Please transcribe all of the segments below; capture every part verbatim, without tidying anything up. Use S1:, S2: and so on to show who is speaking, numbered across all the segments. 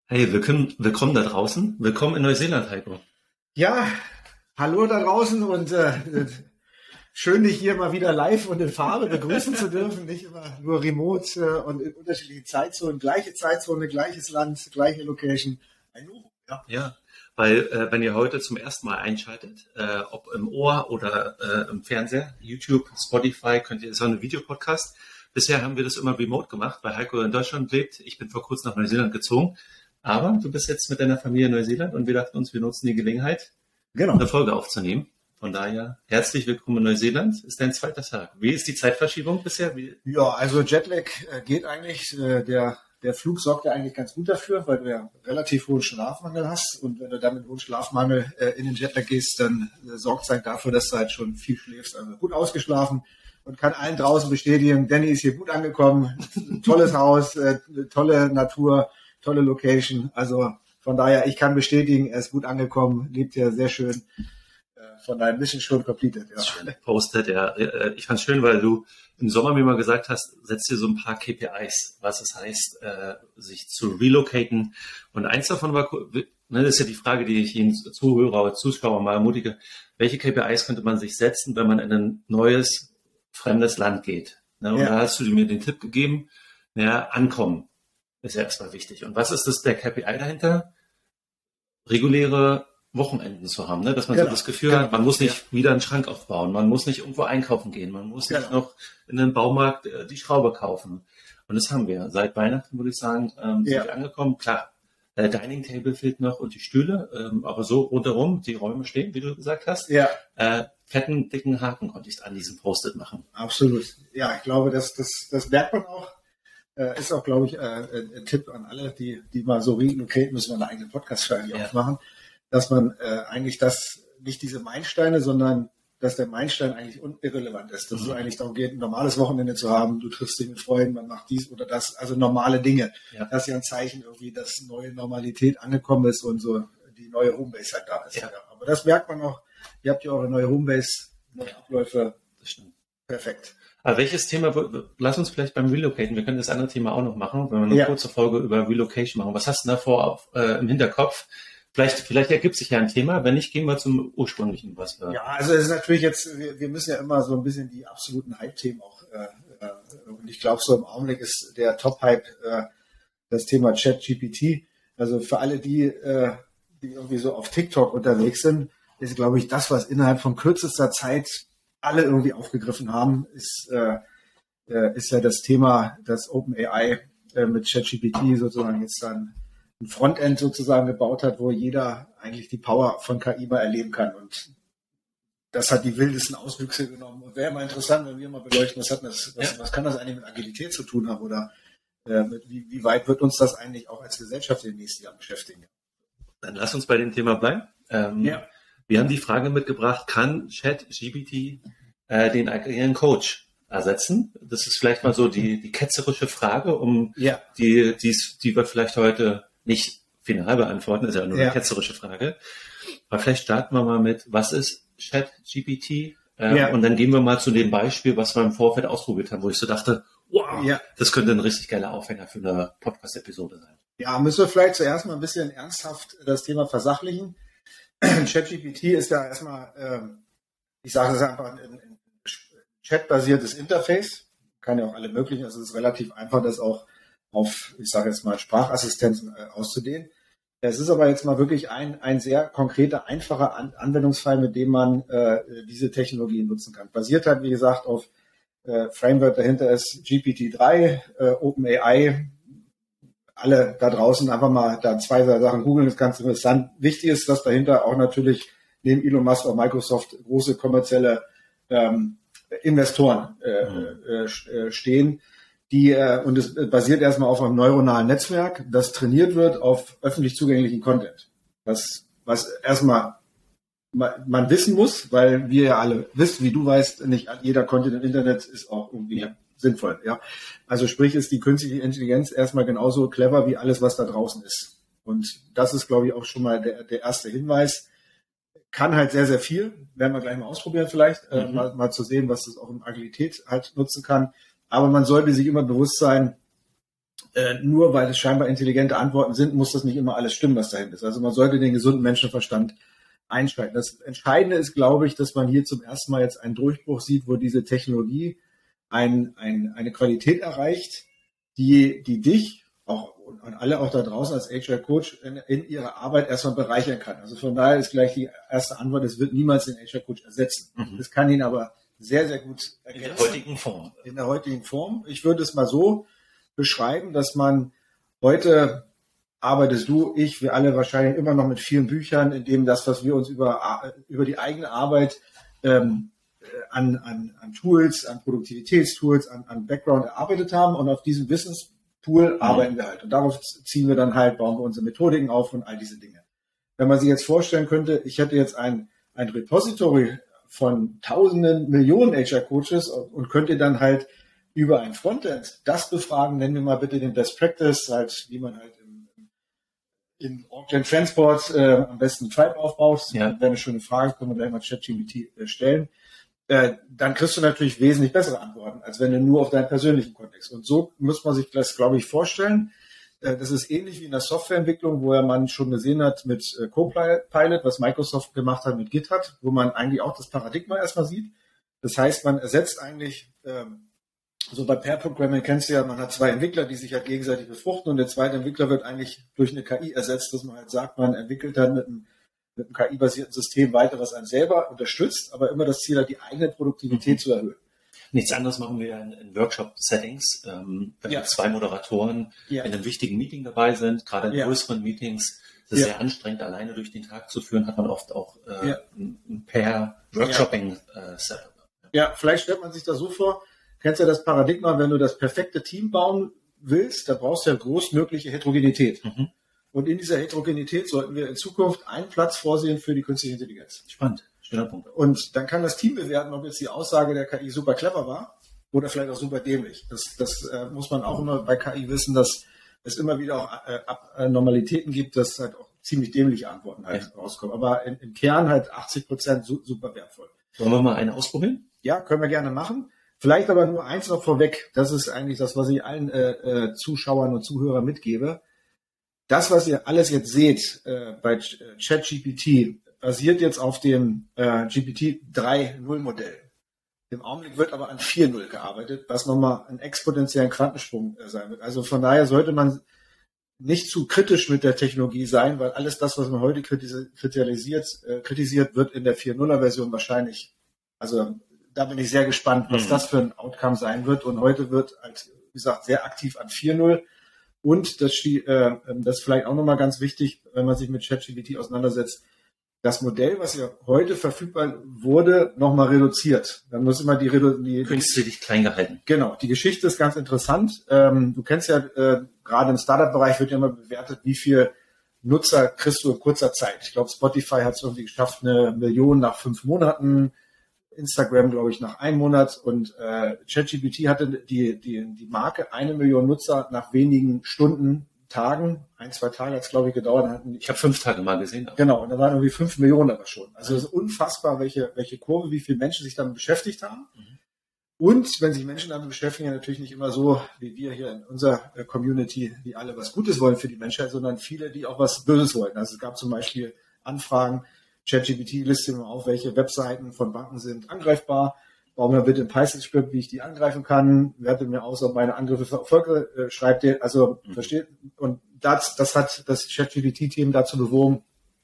S1: Hey, willkommen, willkommen da draußen. Willkommen in Neuseeland, Heiko.
S2: Ja, hallo da draußen und äh, schön, dich hier mal wieder live und in Farbe begrüßen zu dürfen. Nicht immer nur remote äh, und in unterschiedlichen Zeitzonen. Gleiche Zeitzone, gleiches Land, gleiche Location. Ein Uhu,
S1: ja. Ja, weil äh, wenn ihr heute zum ersten Mal einschaltet, äh, ob im Ohr oder äh, im Fernseher, YouTube, Spotify, könnt ihr so einen Videopodcast. Bisher haben wir das immer remote gemacht, weil Heiko in Deutschland lebt. Ich bin vor kurzem nach Neuseeland gezogen. Aber du bist jetzt mit deiner Familie in Neuseeland und wir dachten uns, wir nutzen die Gelegenheit, genau, eine Folge aufzunehmen. Von daher, herzlich willkommen in Neuseeland. Ist dein zweiter Tag. Wie ist die Zeitverschiebung bisher? Wie?
S2: Ja, also Jetlag äh, geht eigentlich. Äh, der, der Flug sorgt ja eigentlich ganz gut dafür, weil du ja relativ hohen Schlafmangel hast. Und wenn du dann mit hohem Schlafmangel äh, in den Jetlag gehst, dann äh, sorgt es halt dafür, dass du halt schon viel schläfst. Also gut ausgeschlafen und kann allen draußen bestätigen, Danny ist hier gut angekommen. Tolles Haus, äh, tolle Natur. Tolle Location, also von daher, ich kann bestätigen, er ist gut angekommen, lebt hier sehr schön, von daher ein bisschen schon completed. Ja.
S1: Schön postet, ja. Ich fand es schön, weil du im Sommer mir mal gesagt hast, setz dir so ein paar K P Is, was es heißt, sich zu relocaten. Und eins davon war, ne, das ist ja die Frage, die ich Ihnen Zuhörer oder Zuschauer mal ermutige, welche K P Is könnte man sich setzen, wenn man in ein neues, fremdes Land geht? Ne, und ja. Da hast du mir den Tipp gegeben, naja, ankommen. Ist ja erstmal wichtig. Und was ist das, der K P I dahinter? Reguläre Wochenenden zu haben, ne? Dass man genau, so das Gefühl genau, hat, man muss nicht ja. wieder einen Schrank aufbauen, man muss nicht irgendwo einkaufen gehen, man muss genau. nicht noch in den Baumarkt äh, die Schraube kaufen. Und das haben wir. Seit Weihnachten, würde ich sagen, ähm, ja. sind wir angekommen. Klar, der Dining Table fehlt noch und die Stühle, ähm, aber so rundherum, die Räume stehen, wie du gesagt hast. Ja. Äh, fetten, dicken Haken konnte ich an diesem Post-it machen.
S2: Absolut. Ja, ich glaube, das, das, das merkt man auch. Äh, ist auch, glaube ich, äh, ein Tipp an alle, die, die mal so relocaten, müssen wir eine eigene Podcast-Folge ja. aufmachen, dass man äh, eigentlich das, nicht diese Meilensteine, sondern dass der Meilenstein eigentlich irrelevant ist. Dass mhm. es eigentlich darum geht, ein normales Wochenende zu haben, du triffst dich mit Freunden, man macht dies oder das, also normale Dinge. Ja. Das ist ja ein Zeichen irgendwie, dass neue Normalität angekommen ist und so die neue Homebase halt da ist. Ja. Ja. Aber das merkt man auch, ihr habt ja eure neue Homebase, neue ja. Abläufe. Das stimmt. Perfekt.
S1: Aber welches Thema, lass uns vielleicht beim Relocaten, wir können das andere Thema auch noch machen, wenn wir eine ja. kurze Folge über Relocation machen. Was hast du davor auf, äh, im Hinterkopf? Vielleicht, vielleicht ergibt sich ja ein Thema, wenn nicht, gehen wir zum ursprünglichen, was wir...
S2: Ja, also es ist natürlich jetzt, wir, wir müssen ja immer so ein bisschen die absoluten Hype-Themen auch, äh, äh, und ich glaube, so im Augenblick ist der Top-Hype äh, das Thema ChatGPT. Also für alle, die, äh, die irgendwie so auf TikTok unterwegs sind, ist, glaube ich, das, was innerhalb von kürzester Zeit alle irgendwie aufgegriffen haben, ist, äh, ist ja das Thema, dass OpenAI äh, mit ChatGPT sozusagen jetzt dann ein Frontend sozusagen gebaut hat, wo jeder eigentlich die Power von K I mal erleben kann. Und das hat die wildesten Auswüchse genommen. Und wäre mal interessant, wenn wir mal beleuchten, was hat das, was, ja. was kann das eigentlich mit Agilität zu tun haben oder äh, mit, wie, wie weit wird uns das eigentlich auch als Gesellschaft in den nächsten Jahren beschäftigen?
S1: Dann lass uns bei dem Thema bleiben. Ähm, ja. Wir haben die Frage mitgebracht, kann ChatGPT äh, den agilen Coach ersetzen? Das ist vielleicht mal so die, die ketzerische Frage, um ja. die, die's, die wir vielleicht heute nicht final beantworten, ist ja nur ja. eine ketzerische Frage. Aber vielleicht starten wir mal mit, was ist ChatGPT? Äh, ja. Und dann gehen wir mal zu dem Beispiel, was wir im Vorfeld ausprobiert haben, wo ich so dachte, wow, ja. das könnte ein richtig geiler Aufhänger für eine Podcast-Episode sein.
S2: Ja, müssen wir vielleicht zuerst mal ein bisschen ernsthaft das Thema versachlichen. ChatGPT ist ja erstmal, ähm, ich sage es einfach, ein, ein chatbasiertes Interface. Kann ja auch alle möglichen, also es ist relativ einfach, das auch auf, ich sage jetzt mal, Sprachassistenzen äh, auszudehnen. Es ist aber jetzt mal wirklich ein, ein sehr konkreter, einfacher An- Anwendungsfall, mit dem man äh, diese Technologie nutzen kann. Basiert halt, wie gesagt, auf äh, Framework, dahinter ist G P T drei, äh, OpenAI. Alle da draußen einfach mal da zwei Sachen googeln, das ist ganz interessant. Wichtig ist, dass dahinter auch natürlich neben Elon Musk und Microsoft große kommerzielle ähm, Investoren äh, äh, stehen, die äh, und es basiert erstmal auf einem neuronalen Netzwerk, das trainiert wird auf öffentlich zugänglichen Content. Was, was erstmal man, man wissen muss, weil wir ja alle wissen, wie du weißt, nicht jeder Content im Internet ist auch irgendwie ja. sinnvoll, ja. Also sprich, ist die künstliche Intelligenz erstmal genauso clever wie alles, was da draußen ist. Und das ist, glaube ich, auch schon mal der, der erste Hinweis. Kann halt sehr, sehr viel. Werden wir gleich mal ausprobieren vielleicht, mhm. äh, mal, mal zu sehen, was das auch in Agilität halt nutzen kann. Aber man sollte sich immer bewusst sein, äh, nur weil es scheinbar intelligente Antworten sind, muss das nicht immer alles stimmen, was dahinter ist. Also man sollte den gesunden Menschenverstand einschalten. Das Entscheidende ist, glaube ich, dass man hier zum ersten Mal jetzt einen Durchbruch sieht, wo diese Technologie ein, ein, eine Qualität erreicht, die, die dich auch und alle auch da draußen als H R-Coach in, in ihrer Arbeit erstmal bereichern kann. Also von daher ist gleich die erste Antwort, es wird niemals den H R-Coach ersetzen. Mhm. Das kann ihn aber sehr, sehr gut ergänzen.
S1: In der heutigen Form.
S2: In der heutigen Form. Ich würde es mal so beschreiben, dass man heute arbeitest du, ich, wir alle wahrscheinlich immer noch mit vielen Büchern, in dem das, was wir uns über, über die eigene Arbeit ähm, an, an, an Tools, an Produktivitätstools, an, an Background erarbeitet haben und auf diesem Wissenspool mhm. arbeiten wir halt. Und darauf ziehen wir dann halt, bauen wir unsere Methodiken auf und all diese Dinge. Wenn man sich jetzt vorstellen könnte, ich hätte jetzt ein, ein Repository von tausenden, Millionen H R-Coaches und könnte dann halt über ein Frontend das befragen, nennen wir mal bitte den Best Practice, halt, wie man halt in Auckland Transport äh, am besten Tribe aufbaust. Ja. Das wäre eine schöne Frage, können wir gleich mal ChatGPT äh, stellen. Äh, dann kriegst du natürlich wesentlich bessere Antworten, als wenn du nur auf deinen persönlichen Kontext. Und so muss man sich das, glaube ich, vorstellen. Äh, das ist ähnlich wie in der Softwareentwicklung, wo ja man schon gesehen hat mit äh, Copilot, was Microsoft gemacht hat mit GitHub, wo man eigentlich auch das Paradigma erstmal sieht. Das heißt, man ersetzt eigentlich ähm, so bei Pair Programming kennst du ja, man hat zwei Entwickler, die sich halt gegenseitig befruchten und der zweite Entwickler wird eigentlich durch eine K I ersetzt, dass man halt sagt, man entwickelt dann mit einem, mit einem K I-basierten System weiter, was einen selber unterstützt, aber immer das Ziel hat, die eigene Produktivität mhm. zu erhöhen.
S1: Nichts anderes machen wir in, in Workshop-Settings, ähm, wenn ja. zwei Moderatoren ja. in einem wichtigen Meeting dabei sind, gerade in ja. größeren Meetings. Das ist ja. sehr anstrengend, alleine durch den Tag zu führen, hat man oft auch äh, ja. ein Pair-Workshopping-Setup.
S2: Ja. ja, vielleicht stellt man sich das so vor, kennst ja das Paradigma, wenn du das perfekte Team bauen willst, da brauchst du ja großmögliche Heterogenität. Mhm. Und in dieser Heterogenität sollten wir in Zukunft einen Platz vorsehen für die künstliche Intelligenz.
S1: Spannend, schöner Punkt.
S2: Und dann kann das Team bewerten, ob jetzt die Aussage der K I super clever war oder vielleicht auch super dämlich. Das, das äh, muss man auch immer bei K I wissen, dass es immer wieder auch äh, Abnormalitäten gibt, dass halt auch ziemlich dämliche Antworten halt ja. rauskommen. Aber in, im Kern halt achtzig Prozent su- super wertvoll.
S1: Wollen wir mal eine ausprobieren?
S2: Ja, können wir gerne machen. Vielleicht aber nur eins noch vorweg. Das ist eigentlich das, was ich allen äh, äh, Zuschauern und Zuhörern mitgebe. Das, was ihr alles jetzt seht äh, bei ChatGPT, basiert jetzt auf dem äh, G P T drei Punkt null Modell. Im Augenblick wird aber an vier Punkt null gearbeitet, was nochmal einen exponentiellen Quantensprung äh, sein wird. Also von daher sollte man nicht zu kritisch mit der Technologie sein, weil alles das, was man heute kritis- kritisiert, äh, kritisiert, wird in der vier Punkt null Version wahrscheinlich, also da bin ich sehr gespannt, was mhm. das für ein Outcome sein wird. Und heute wird, halt, wie gesagt, sehr aktiv an vier Punkt null. Und das, äh, das ist vielleicht auch nochmal ganz wichtig, wenn man sich mit ChatGPT auseinandersetzt, das Modell, was ja heute verfügbar wurde, nochmal reduziert. Dann muss immer die, Redu- die
S1: künstlich klein gehalten.
S2: Genau, die Geschichte ist ganz interessant. Ähm, du kennst ja, äh, gerade im Startup-Bereich wird ja immer bewertet, wie viel Nutzer kriegst du in kurzer Zeit. Ich glaube, Spotify hat es irgendwie geschafft, eine Million nach fünf Monaten. Instagram, glaube ich, nach einem Monat und äh, ChatGPT hatte die, die, die Marke eine Million Nutzer nach wenigen Stunden, Tagen, ein, zwei Tage hat es, glaube ich, gedauert. Hatten die,
S1: ich habe fünf Tage mal gesehen.
S2: Aber. Genau, und da waren irgendwie fünf Millionen aber schon. Also es ist unfassbar, welche, welche Kurve, wie viele Menschen sich damit beschäftigt haben. Mhm. Und wenn sich Menschen damit beschäftigen, natürlich nicht immer so, wie wir hier in unserer äh, Community, die alle was Gutes wollen für die Menschheit, sondern viele, die auch was Böses wollten. Also es gab zum Beispiel Anfragen, ChatGPT listet immer auf, welche Webseiten von Banken sind angreifbar. Bauen wir bitte ein Python-Skript, wie ich die angreifen kann. Wertet mir aus, ob meine Angriffe erfolgreich äh, schreibt ihr. Also mhm. versteht. Und das, das hat das ChatGPT-Team dazu bewogen,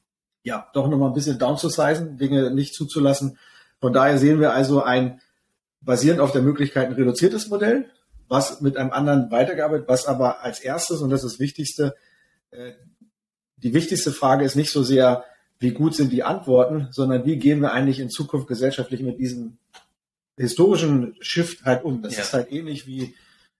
S2: ja, doch nochmal ein bisschen down zu sizen, Dinge nicht zuzulassen. Von daher sehen wir also ein basierend auf der Möglichkeit ein reduziertes Modell, was mit einem anderen weitergearbeitet, was aber als erstes, und das ist das Wichtigste, äh, die wichtigste Frage ist nicht so sehr, wie gut sind die Antworten, sondern wie gehen wir eigentlich in Zukunft gesellschaftlich mit diesem historischen Shift halt um. Das ja. ist halt ähnlich wie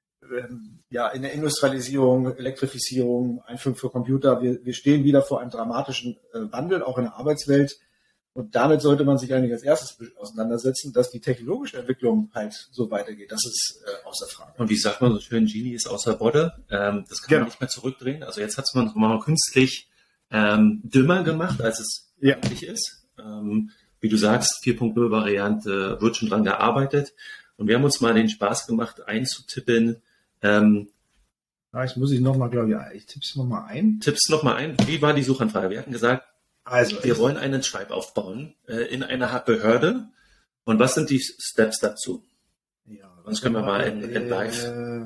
S2: ähm, ja in der Industrialisierung, Elektrifizierung, Einführung für Computer. Wir, wir stehen wieder vor einem dramatischen äh, Wandel, auch in der Arbeitswelt. Und damit sollte man sich eigentlich als erstes auseinandersetzen, dass die technologische Entwicklung halt so weitergeht. Das ist äh, außer Frage.
S1: Und wie sagt man so schön, Genie ist außer Borde. Ähm, das kann genau. man nicht mehr zurückdrehen. Also jetzt hat man es mal künstlich Ähm, dümmer gemacht, als es ja. eigentlich ist. Ähm, wie du sagst, vier Punkt null Variante wird schon dran gearbeitet. Und wir haben uns mal den Spaß gemacht, einzutippen, ähm,
S2: Ja, jetzt muss ich nochmal, glaube ich, ich tipp's nochmal ein.
S1: Tipp's nochmal ein. Wie war die Suchanfrage? Wir hatten gesagt,
S2: Also,
S1: wir wollen einen Tribe aufbauen äh, in einer Behörde. Und was sind die Steps dazu?
S2: Ja,
S1: Sonst können wir mal in, in live.
S2: Äh,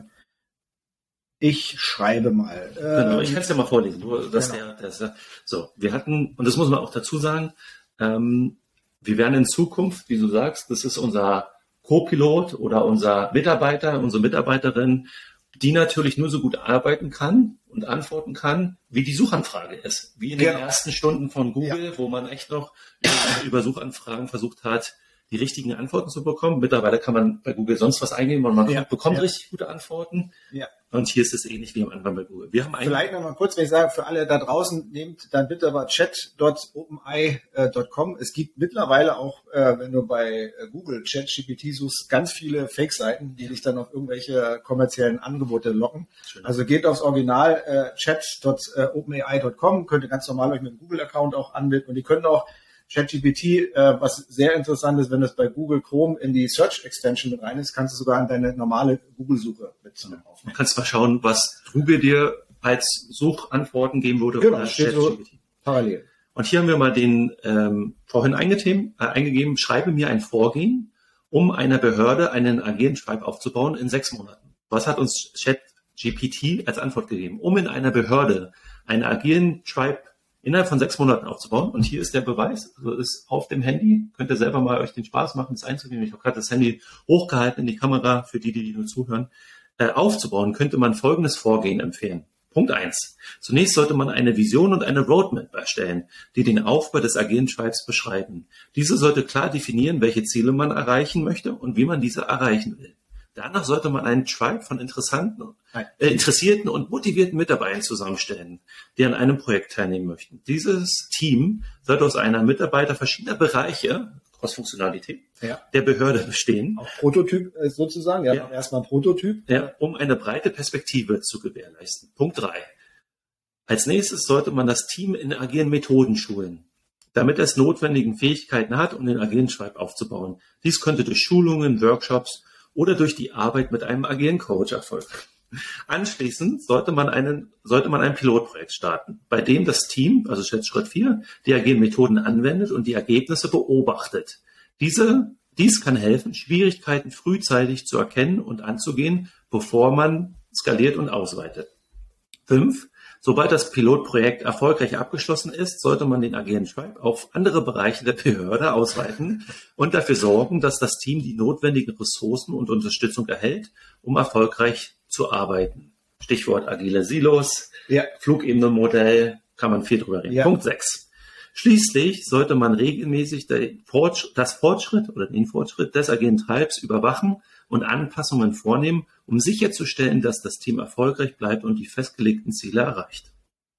S2: ich schreibe mal.
S1: Genau,
S2: Ähm,
S1: ich kann es ja mal vorlesen. Du, das
S2: genau.
S1: der, das, so, wir hatten, und das muss man auch dazu sagen, ähm, wir werden in Zukunft, wie du sagst, das ist unser Co-Pilot oder unser Mitarbeiter, unsere Mitarbeiterin, die natürlich nur so gut arbeiten kann und antworten kann, wie die Suchanfrage ist. Wie in den
S2: Genau.
S1: ersten Stunden von Google,
S2: Ja.
S1: wo man echt noch über Suchanfragen versucht hat, die richtigen Antworten zu bekommen. Mittlerweile kann man bei Google sonst was eingeben und man
S2: Ja.
S1: bekommt
S2: Ja.
S1: richtig gute Antworten.
S2: Ja.
S1: Und hier ist es ähnlich wie am Anfang bei Google. Wir haben einen,
S2: Vielleicht nochmal kurz, wenn ich sage, für alle da draußen, nehmt dann bitte aber chat Punkt openeye Punkt com. Es gibt mittlerweile auch, äh, wenn du bei äh, Google ChatGPT suchst, ganz viele Fake-Seiten, die dich dann auf irgendwelche kommerziellen Angebote locken.
S1: Schön.
S2: Also geht aufs Original äh, chat Punkt openeye Punkt com, könnt ihr ganz normal euch mit dem Google-Account auch anmelden und die können auch ChatGPT, äh, was sehr interessant ist, wenn das bei Google Chrome in die Search Extension mit rein ist, kannst du sogar an deine normale Google-Suche mit aufnehmen.
S1: Du kannst mal schauen, was Google dir als Suchantworten geben würde.
S2: Genau,
S1: oder
S2: steht so
S1: ChatGPT.
S2: parallel.
S1: Und hier haben wir mal den ähm, vorhin eingegeben, äh, eingegeben, schreibe mir ein Vorgehen, um einer Behörde einen agilen Tribe aufzubauen in sechs Monaten. Was hat uns ChatGPT als Antwort gegeben? Um in einer Behörde einen agilen Tribe innerhalb von sechs Monaten aufzubauen. Und hier ist der Beweis, also ist auf dem Handy, könnt ihr selber mal euch den Spaß machen, das einzugeben. Ich habe gerade das Handy hochgehalten in die Kamera, für die, die nur zuhören. Äh, aufzubauen, könnte man folgendes Vorgehen empfehlen. Punkt eins. Zunächst sollte man eine Vision und eine Roadmap erstellen, die den Aufbau des agilen Tribes beschreiben. Diese sollte klar definieren, welche Ziele man erreichen möchte und wie man diese erreichen will. Danach sollte man einen Tribe von interessanten, äh, interessierten und motivierten Mitarbeitern zusammenstellen, die an einem Projekt teilnehmen möchten. Dieses Team sollte aus einer Mitarbeiter verschiedener Bereiche, Cross-Funktionalität,
S2: Ja.
S1: der Behörde bestehen,
S2: Auch Prototyp äh, sozusagen, ja,
S1: Ja.
S2: erstmal Prototyp.
S1: ja, um eine breite Perspektive zu gewährleisten. Punkt drei. Als nächstes sollte man das Team in agilen Methoden schulen, damit es notwendigen Fähigkeiten hat, um den agilen Tribe aufzubauen. Dies könnte durch Schulungen, Workshops oder durch die Arbeit mit einem agilen Coach erfolgen. Anschließend sollte man einen, sollte man ein Pilotprojekt starten, bei dem das Team, also Schritt vier, die agilen Methoden anwendet und die Ergebnisse beobachtet. Diese, dies kann helfen, Schwierigkeiten frühzeitig zu erkennen und anzugehen, bevor man skaliert und ausweitet. Fünf. Sobald das Pilotprojekt erfolgreich abgeschlossen ist, sollte man den agilen Tribe auf andere Bereiche der Behörde ausweiten und dafür sorgen, dass das Team die notwendigen Ressourcen und Unterstützung erhält, um erfolgreich zu arbeiten. Stichwort agile Silos,
S2: Ja.
S1: Flugebenenmodell, kann man viel drüber reden.
S2: Ja.
S1: Punkt sechs. Schließlich sollte man regelmäßig den Fortsch- das Fortschritt oder den Fortschritt des agilen Tribes überwachen und Anpassungen vornehmen, um sicherzustellen, dass das Team erfolgreich bleibt und die festgelegten Ziele erreicht.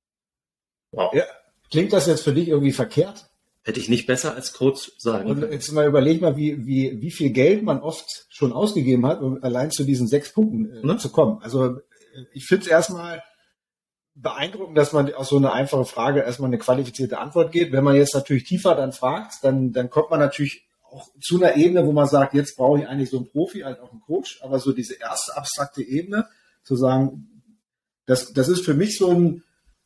S1: Wow.
S2: Ja. Klingt das jetzt für dich irgendwie verkehrt?
S1: Hätte ich nicht besser als Coach sagen
S2: Und
S1: können.
S2: jetzt mal überleg mal, wie, wie, wie viel Geld man oft schon ausgegeben hat, um allein zu diesen sechs Punkten äh,
S1: Ne?
S2: zu kommen. Also äh, ich finde es erstmal beeindruckend, dass man auf so eine einfache Frage erstmal eine qualifizierte Antwort geht. Wenn man jetzt natürlich tiefer dann fragt, dann, dann kommt man natürlich auch zu einer Ebene, wo man sagt, jetzt brauche ich eigentlich so einen Profi, halt auch einen Coach, aber so diese erste abstrakte Ebene, zu sagen, das, das ist für mich so ein,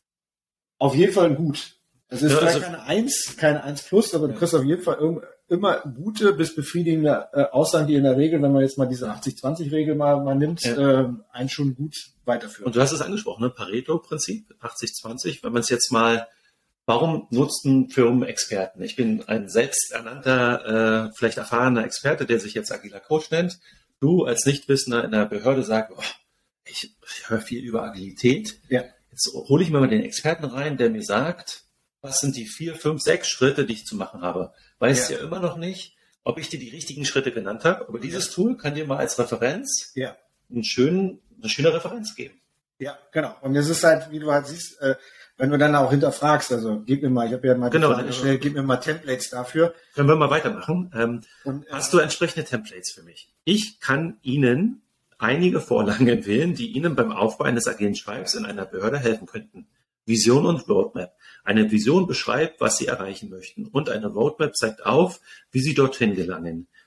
S2: auf jeden Fall ein Gut. Es ist
S1: Ja,
S2: vielleicht
S1: also-
S2: keine Eins, keine Eins plus, aber du kriegst auf jeden Fall irg- immer gute bis befriedigende äh, Aussagen, die in der Regel, wenn man jetzt mal diese achtzig zwanzig Regel mal, mal nimmt,
S1: Ja.
S2: äh, einen schon gut weiterführen.
S1: Und du hast es angesprochen, ne? Pareto-Prinzip, achtzig zwanzig. Wenn man es jetzt mal, warum nutzen Firmen Experten? Ich bin ein selbsternannter, äh, vielleicht erfahrener Experte, der sich jetzt agiler Coach nennt. Du als Nichtwissender in der Behörde sagst, oh, ich, ich höre viel über Agilität.
S2: Ja.
S1: Jetzt hole ich mir mal den Experten rein, der mir sagt, was sind die vier, fünf, sechs Schritte, die ich zu machen habe. Weiß ja,
S2: Ja.
S1: immer noch nicht, ob ich dir die richtigen Schritte genannt habe, aber dieses Tool kann dir mal als Referenz
S2: Ja.
S1: einen schönen, eine schöne Referenz geben.
S2: Ja, genau. Und es ist halt, wie du halt siehst, äh, wenn du dann auch hinterfragst, also gib mir mal, ich habe ja mal die
S1: Genau.
S2: Frage gestellt, gib mir mal Templates dafür.
S1: Können wir mal weitermachen. Ähm,
S2: Und, äh,
S1: hast du entsprechende Templates für mich? Ich kann Ihnen einige Vorlagen empfehlen, die Ihnen beim Aufbau eines agilen Tribes in einer Behörde helfen könnten. Vision und Roadmap. Eine Vision beschreibt, was Sie erreichen möchten, und eine Roadmap zeigt auf, wie Sie dorthin gelangen.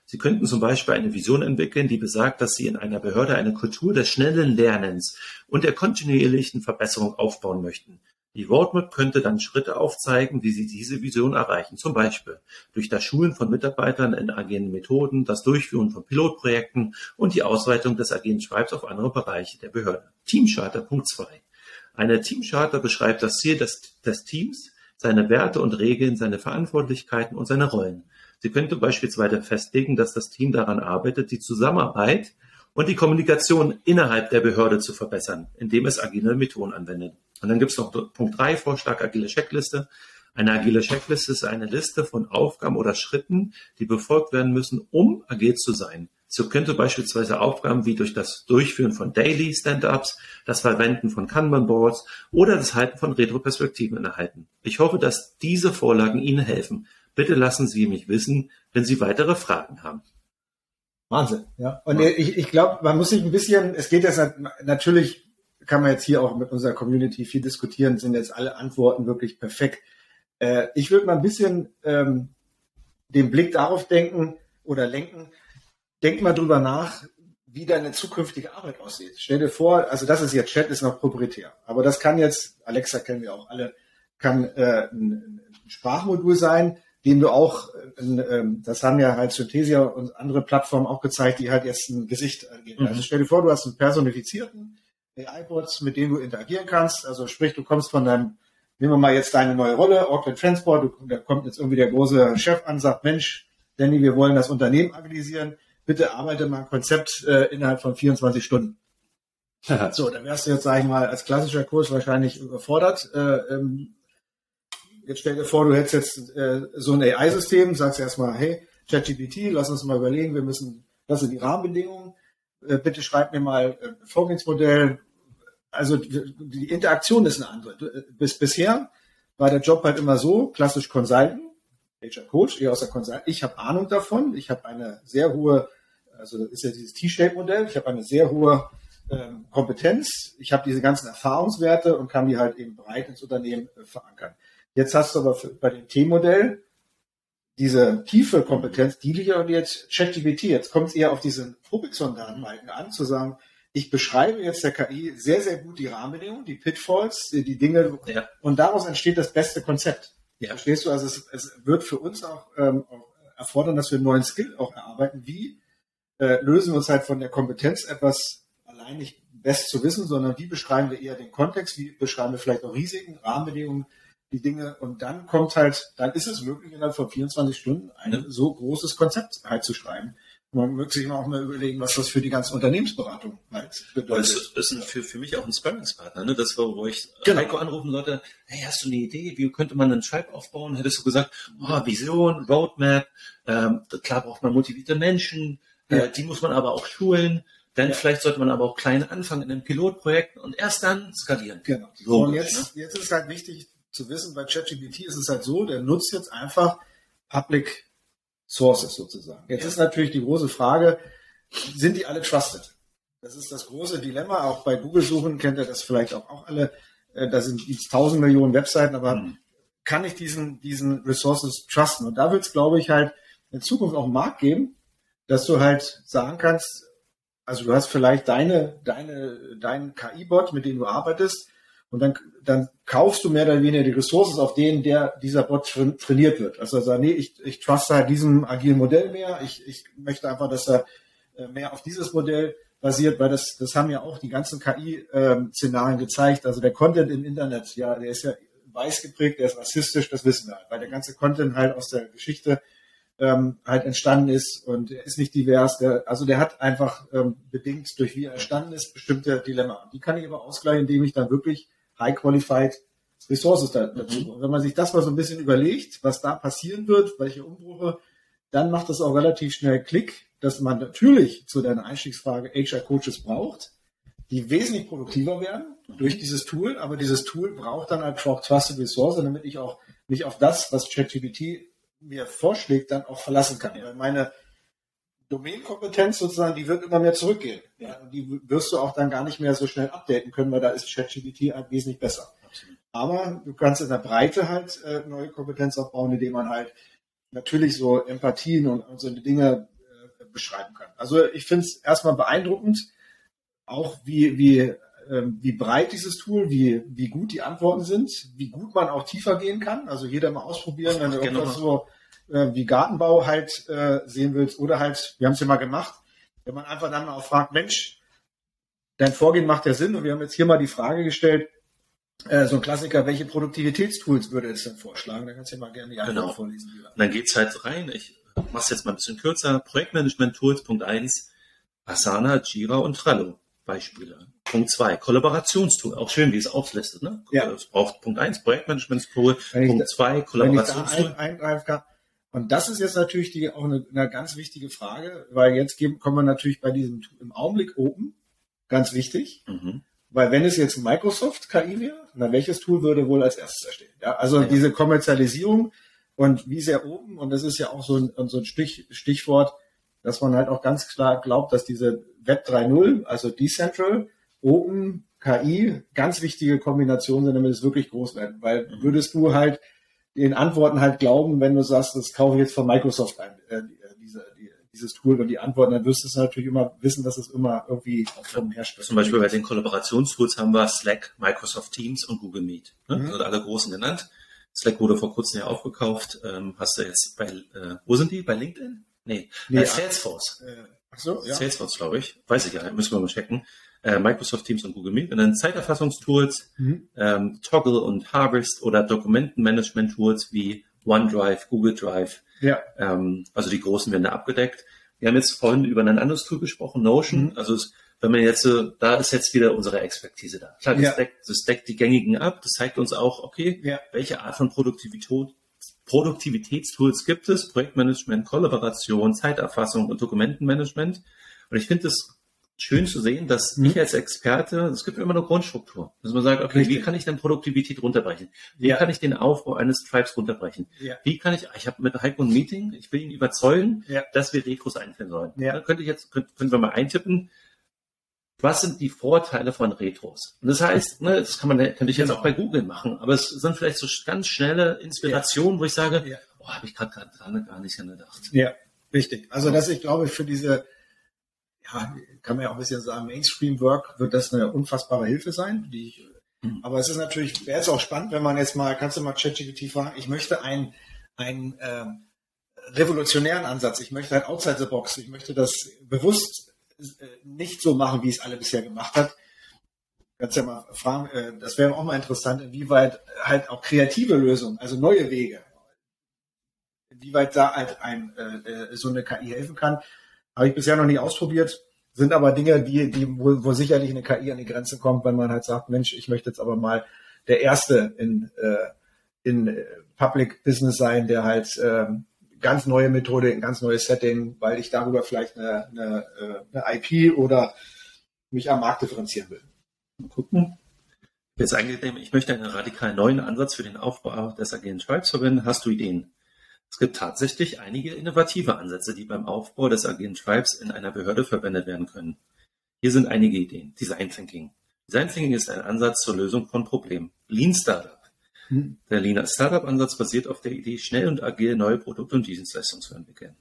S1: Sie könnten zum Beispiel eine Vision entwickeln, die besagt, dass Sie in einer Behörde eine Kultur des schnellen Lernens und der kontinuierlichen Verbesserung aufbauen möchten. Die Roadmap könnte dann Schritte aufzeigen, wie Sie diese Vision erreichen, zum Beispiel durch das Schulen von Mitarbeitern in agilen Methoden, das Durchführen von Pilotprojekten und die Ausweitung des agilen Tribes auf andere Bereiche der Behörde. Teamcharta Punkt zwei. Eine Teamcharta beschreibt das Ziel des, des Teams, seine Werte und Regeln, seine Verantwortlichkeiten und seine Rollen. Sie könnte beispielsweise festlegen, dass das Team daran arbeitet, die Zusammenarbeit und die Kommunikation innerhalb der Behörde zu verbessern, indem es agile Methoden anwendet. Und dann gibt es noch Punkt drei, Vorschlag agile Checkliste. Eine agile Checkliste ist eine Liste von Aufgaben oder Schritten, die befolgt werden müssen, um agil zu sein. So könnte beispielsweise Aufgaben wie durch das Durchführen von Daily Stand-ups, das Verwenden von Kanban-Boards oder das Halten von Retroperspektiven erhalten. Ich hoffe, dass diese Vorlagen Ihnen helfen. Bitte lassen Sie mich wissen, wenn Sie weitere Fragen haben.
S2: Wahnsinn, ja. Und ja. ich, ich glaube, man muss sich ein bisschen, es geht jetzt natürlich, kann man jetzt hier auch mit unserer Community viel diskutieren, sind jetzt alle Antworten wirklich perfekt. Äh, ich würde mal ein bisschen ähm, den Blick darauf denken oder lenken, denk mal drüber nach, wie deine zukünftige Arbeit aussieht. Stell dir vor, also das ist jetzt Chat, ist noch proprietär, aber das kann jetzt, Alexa kennen wir auch alle, kann äh, ein, ein Sprachmodul sein, dem du auch, äh, das haben ja halt Synthesia und andere Plattformen auch gezeigt, die halt jetzt ein Gesicht angeben. Mhm. Also stell dir vor, du hast einen personifizierten A I-Bot, mit dem du interagieren kannst. Also sprich, du kommst von deinem, nehmen wir mal jetzt deine neue Rolle, Auckland Transport, du, da kommt jetzt irgendwie der große Chef an, sagt, Mensch, Danny, wir wollen das Unternehmen agilisieren. Bitte arbeite mal ein Konzept äh, innerhalb von vierundzwanzig Stunden. So, dann wärst du jetzt, sage ich mal, als klassischer Kurs wahrscheinlich überfordert. Äh, ähm, jetzt stell dir vor, du hättest jetzt äh, so ein A I-System, sagst erstmal, hey, ChatGPT, lass uns mal überlegen, wir müssen, das sind die Rahmenbedingungen, äh, bitte schreib mir mal ein äh, Vorgehensmodell. Also die Interaktion ist eine andere. Bis bisher war der Job halt immer so, klassisch Consultant, H R-Coach, eher aus der Consultant. Ich habe Ahnung davon, ich habe eine sehr hohe, also das ist ja dieses T-Shape-Modell, ich habe eine sehr hohe ähm, Kompetenz, ich habe diese ganzen Erfahrungswerte und kann die halt eben breit ins Unternehmen äh, verankern. Jetzt hast du aber für, bei dem T-Modell diese tiefe Kompetenz, die liegt jetzt ChatGPT. Jetzt kommt es eher auf diesen Horizontalbalken an, zu sagen, ich beschreibe jetzt der K I sehr, sehr gut die Rahmenbedingungen, die Pitfalls, die, die Dinge, ja. Und daraus entsteht das beste Konzept. Ja. Verstehst du? Also es, es wird für uns auch, ähm, auch erfordern, dass wir einen neuen Skill auch erarbeiten. Wie äh, lösen wir uns halt von der Kompetenz etwas allein nicht best zu wissen, sondern wie beschreiben wir eher den Kontext, wie beschreiben wir vielleicht auch Risiken, Rahmenbedingungen, die Dinge, und dann kommt halt, dann ist es möglich, innerhalb von vierundzwanzig Stunden ein ja. so großes Konzept halt zu schreiben. Man möchte sich auch mal überlegen, was das für die ganze Unternehmensberatung halt bedeutet.
S1: Das ist für, für mich auch ein Sparringspartner, ne? Das war, wo ich
S2: genau.
S1: Heiko anrufen sollte, hey, hast du eine Idee, wie könnte man einen Tribe aufbauen? Hättest du gesagt, oh, Vision, Roadmap, ähm, klar braucht man motivierte Menschen, ja. äh, die muss man aber auch schulen, dann ja. vielleicht sollte man aber auch klein anfangen in einem Pilotprojekt und erst dann skalieren.
S2: Genau. So, und jetzt, ne? jetzt ist es halt wichtig zu wissen, bei ChatGPT ist es halt so, der nutzt jetzt einfach Public Sources sozusagen. Jetzt ja. ist natürlich die große Frage, sind die alle trusted? Das ist das große Dilemma. Auch bei Google-Suchen kennt ihr das vielleicht auch, auch alle. Da sind tausend Millionen Webseiten, aber mhm. kann ich diesen, diesen Resources trusten? Und da wird es, glaube ich, halt in Zukunft auch einen Markt geben, dass du halt sagen kannst, also du hast vielleicht deine, deine, deinen K I-Bot, mit dem du arbeitest, und dann, dann kaufst du mehr oder weniger die Ressourcen, auf denen der, dieser Bot tra- trainiert wird. Also sag, nee, ich, ich truste halt diesem agilen Modell mehr. Ich, ich möchte einfach, dass er mehr auf dieses Modell basiert, weil das, das haben ja auch die ganzen K I-Szenarien gezeigt. Also der Content im Internet, ja, der ist ja weiß geprägt, der ist rassistisch, das wissen wir halt, weil der ganze Content halt aus der Geschichte ähm, halt entstanden ist und er ist nicht divers. Der, also der hat einfach ähm, bedingt durch wie er entstanden ist bestimmte Dilemma. Die kann ich aber ausgleichen, indem ich dann wirklich high-qualified Resources da, dazu. Mhm. Und wenn man sich das mal so ein bisschen überlegt, was da passieren wird, welche Umbrüche, dann macht das auch relativ schnell Klick, dass man natürlich zu deiner Einstiegsfrage H R-Coaches braucht, die wesentlich produktiver werden mhm. durch dieses Tool, aber dieses Tool braucht dann halt auch Trusted Resource, damit ich auch mich auf das, was ChatGPT mir vorschlägt, dann auch verlassen kann. Ja. Weil meine Domainkompetenz sozusagen, die wird immer mehr zurückgehen. Ja, und die wirst du auch dann gar nicht mehr so schnell updaten können, weil da ist ChatGPT halt wesentlich besser. Absolut. Aber du kannst in der Breite halt äh, neue Kompetenz aufbauen, indem man halt natürlich so Empathien und, und so Dinge beschreiben kann. Also ich finde es erstmal beeindruckend, auch wie, wie, äh, wie breit dieses Tool, wie, wie gut die Antworten sind, wie gut man auch tiefer gehen kann. Also jeder mal ausprobieren, wenn du irgendwas so äh, wie Gartenbau halt äh, sehen willst. Oder halt, wir haben es ja mal gemacht, wenn man einfach dann mal auch fragt, Mensch, dein Vorgehen macht ja Sinn. Und wir haben jetzt hier mal die Frage gestellt, äh, so ein Klassiker, welche Produktivitätstools würde es denn vorschlagen? Da kannst du ja mal gerne die Antwort
S1: genau.
S2: vorlesen. Lieber.
S1: Und dann geht's halt rein. Ich mache es jetzt mal ein bisschen kürzer. Projektmanagement-Tools, Punkt eins, Asana, Jira und Trello. Beispiele. Punkt zwei, Kollaborationstool. Auch schön, wie es auflistet. Ne?
S2: Ja.
S1: Es braucht Punkt eins, Projektmanagement-Tool. Punkt zwei, Kollaborationstool.
S2: Ein, eingreifen kann. Und das ist jetzt natürlich die, auch eine, eine ganz wichtige Frage, weil jetzt geben, kommen wir natürlich bei diesem im Augenblick Open, ganz wichtig. Mhm. Weil wenn es jetzt Microsoft K I wäre, na welches Tool würde wohl als erstes erstehen? Ja, also ja. Diese Kommerzialisierung und wie sehr Open, und das ist ja auch so ein, so ein Stich, Stichwort, dass man halt auch ganz klar glaubt, dass diese Web drei Punkt null, also Decentral, Open, K I, ganz wichtige Kombinationen sind, damit es wirklich groß werden. Weil mhm. würdest du halt den Antworten halt glauben, wenn du sagst, das kaufe ich jetzt von Microsoft ein, äh, diese, die, dieses Tool und die Antworten, dann wirst du natürlich immer wissen, dass es immer irgendwie vom Hersteller.
S1: Zum Beispiel bei den Kollaborationstools haben wir Slack, Microsoft Teams und Google Meet. Ne? Mhm. Also alle großen genannt. Slack wurde vor kurzem ja aufgekauft. Ähm, hast du jetzt bei, äh, wo sind die? Bei LinkedIn? Nee, nee bei Salesforce. Äh, ach so, ja. Salesforce, glaube ich. Weiß ich ja, müssen wir mal checken. Äh, Microsoft Teams und Google Meet. Und dann Zeiterfassungstools, mhm. ähm, Toggle und Harvest oder Dokumentenmanagement-Tools wie OneDrive, Google Drive. Ja. Ähm, also die großen werden da abgedeckt. Wir haben jetzt vorhin über ein anderes Tool gesprochen, Notion. Mhm. Also es, wenn man jetzt, da ist jetzt wieder unsere Expertise da. Klar, das, ja. deckt, das deckt die gängigen ab. Das zeigt uns auch, okay, ja. welche Art von Produktivität, Produktivitätstools gibt es? Projektmanagement, Kollaboration, Zeiterfassung und Dokumentenmanagement. Und ich finde es schön zu sehen, dass mhm. ich als Experte, es gibt immer eine Grundstruktur, dass man sagt, okay, Richtig. Wie kann ich denn Produktivität runterbrechen? Wie ja. kann ich den Aufbau eines Tribes runterbrechen? Ja. Wie kann ich, ich habe mit Heiko ein Meeting, ich will ihn überzeugen, ja. dass wir Retros einführen sollen. Ja. Da könnte ich jetzt, können, können wir mal eintippen, was sind die Vorteile von Retros? Und das heißt, ne, das kann man, könnte ich jetzt genau. auch bei Google machen, aber es sind vielleicht so ganz schnelle Inspirationen, ja. wo ich sage, ja. oh, habe ich gerade dran gar nicht gedacht.
S2: Ja, richtig. Also, dass ich glaube, für diese, ja, kann man ja auch ein bisschen sagen, Mainstream-Work wird das eine unfassbare Hilfe sein. Die ich, mhm. Aber es ist natürlich, wäre jetzt auch spannend, wenn man jetzt mal, kannst du mal ChatGPT fragen, ich möchte einen, einen ähm, revolutionären Ansatz, ich möchte halt outside the box, ich möchte das bewusst äh, nicht so machen, wie es alle bisher gemacht hat. Kannst ja mal fragen, äh, das wäre auch mal interessant, inwieweit halt auch kreative Lösungen, also neue Wege, inwieweit da halt ein, äh, so eine K I helfen kann. Habe ich bisher noch nie ausprobiert, sind aber Dinge, die, die wo, wo sicherlich eine K I an die Grenze kommt, wenn man halt sagt, Mensch, ich möchte jetzt aber mal der Erste in, äh, in Public Business sein, der halt äh, ganz neue Methode, ein ganz neues Setting, weil ich darüber vielleicht eine, eine, eine I P oder mich am Markt differenzieren will.
S1: Mal gucken. Jetzt eingegeben, ich möchte einen radikal neuen Ansatz für den Aufbau des agilen Tribes verwenden. Hast du Ideen? Es gibt tatsächlich einige innovative Ansätze, die beim Aufbau des agilen Tribes in einer Behörde verwendet werden können. Hier sind einige Ideen. Design Thinking. Design Thinking ist ein Ansatz zur Lösung von Problemen. Lean Startup. Hm. Der Lean Startup-Ansatz basiert auf der Idee, schnell und agil neue Produkte und Dienstleistungen zu entwickeln.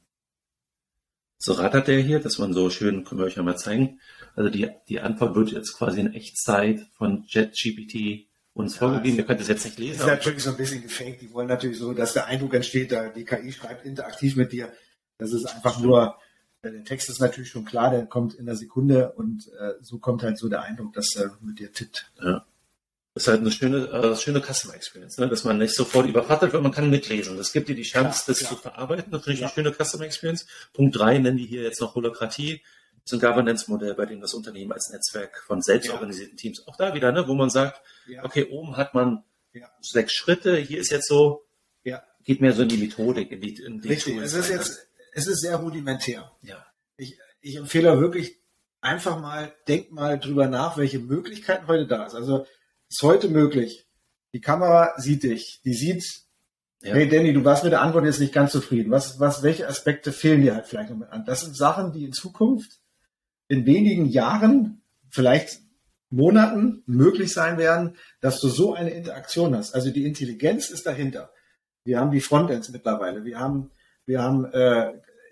S1: So rattert der hier, dass man so schön, können wir euch ja mal zeigen. Also die, die Antwort wird jetzt quasi in Echtzeit von ChatGPT uns ja, vorgegeben. Ihr könnt es jetzt nicht lesen.
S2: Das ist natürlich so ein bisschen gefaked. Die wollen natürlich so, dass der Eindruck entsteht, da die K I schreibt interaktiv mit dir. Das ist einfach nur, der Text ist natürlich schon klar, der kommt in der Sekunde und äh, so kommt halt so der Eindruck, dass er mit dir tippt.
S1: Ja. Das ist halt eine schöne, äh, schöne Customer Experience, ne? Dass man nicht sofort überfordert wird, man kann mitlesen. Das gibt dir die Chance, ja, das ja. zu verarbeiten. Das finde ich ja. eine schöne Customer Experience. Punkt drei nennen die hier jetzt noch Holokratie. Das ist ein Governance-Modell, bei dem das Unternehmen als Netzwerk von selbstorganisierten ja. Teams, auch da wieder, ne, wo man sagt, ja. okay, oben hat man ja. sechs Schritte, hier ist jetzt so, ja. geht mehr so in die Methodik, in die, in die
S2: Richtig, Tools. Es ist jetzt, es ist sehr rudimentär. Ja. Ich, ich empfehle wirklich einfach mal, denk mal drüber nach, welche Möglichkeiten heute da ist. Also, ist heute möglich. Die Kamera sieht dich, die sieht, ja. hey Danny, du warst mit der Antwort jetzt nicht ganz zufrieden. Was, was, welche Aspekte fehlen dir halt vielleicht noch mit an? Das sind Sachen, die in Zukunft in wenigen Jahren, vielleicht Monaten möglich sein werden, dass du so eine Interaktion hast. Also die Intelligenz ist dahinter. Wir haben die Frontends mittlerweile. Wir haben, wir haben äh,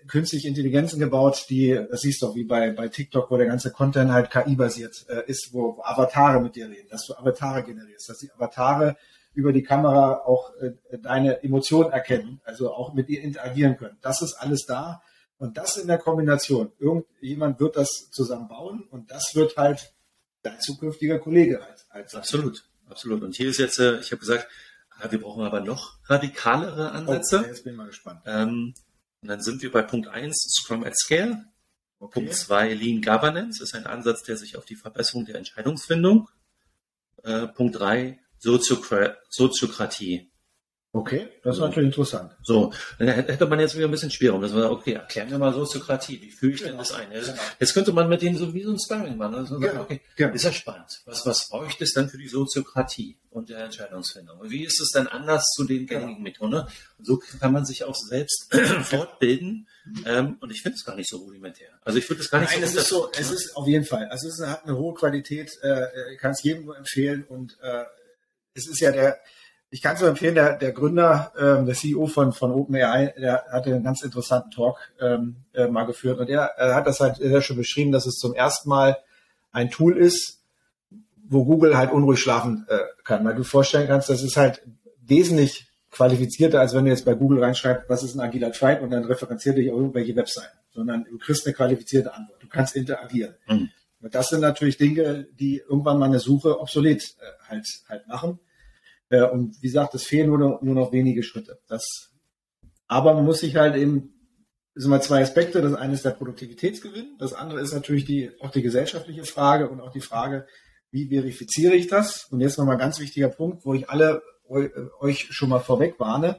S2: künstliche Intelligenzen gebaut, die, das siehst du auch wie bei, bei TikTok, wo der ganze Content halt K I-basiert äh, ist, wo, wo Avatare mit dir reden, dass du Avatare generierst, dass die Avatare über die Kamera auch äh, deine Emotionen erkennen, also auch mit dir interagieren können. Das ist alles da und das in der Kombination. Irgendjemand wird das zusammenbauen und das wird halt dein zukünftiger Kollege halt. halt
S1: absolut, absolut. Und hier ist jetzt, äh, ich habe gesagt, wir brauchen aber noch radikalere Ansätze.
S2: Okay, jetzt bin ich mal gespannt.
S1: Ähm, und dann sind wir bei Punkt eins, Scrum at Scale.
S2: Okay.
S1: Punkt zwei, Lean Governance, ist ein Ansatz, der sich auf die Verbesserung der Entscheidungsfindung. Äh, Punkt drei, Soziokra- Soziokratie.
S2: Okay, das ist natürlich interessant.
S1: So, dann hätte man jetzt wieder ein bisschen schwerer. Und das war, okay, erklären wir mal Soziokratie. Wie führe ich denn das ein? Jetzt, jetzt könnte man mit denen so wie so ein Sparring machen. Also sagen, okay,
S2: genau.
S1: Ist ja spannend. Was, was bräuchte es dann für die Soziokratie und der Entscheidungsfindung? Und wie ist es dann anders zu den gängigen Methoden? Und so kann man sich auch selbst fortbilden. Ähm, und ich finde es gar nicht so rudimentär. Also ich würde es gar nicht
S2: Nein,
S1: so...
S2: es ist so, es ist auf jeden Fall. Also es ist, hat eine hohe Qualität. Äh, ich kann es jedem nur empfehlen. Und äh, es ist ja der... Ich kann es nur empfehlen, der, der Gründer, ähm, der C E O von, von OpenAI, der hatte einen ganz interessanten Talk ähm, äh, mal geführt und er, er hat das halt sehr schön beschrieben, dass es zum ersten Mal ein Tool ist, wo Google halt unruhig schlafen äh, kann. Weil du vorstellen kannst, das ist halt wesentlich qualifizierter, als wenn du jetzt bei Google reinschreibst, was ist ein agiler Tribe und dann referenziert dich auf irgendwelche Webseiten, sondern du kriegst eine qualifizierte Antwort. Du kannst interagieren. Mhm. Und das sind natürlich Dinge, die irgendwann mal eine Suche obsolet äh, halt, halt machen. Und wie gesagt, es fehlen nur noch, nur noch wenige Schritte. Das, aber man muss sich halt eben, es sind mal zwei Aspekte. Das eine ist der Produktivitätsgewinn. Das andere ist natürlich die, auch die gesellschaftliche Frage und auch die Frage, wie verifiziere ich das? Und jetzt nochmal ein ganz wichtiger Punkt, wo ich alle euch schon mal vorweg warne.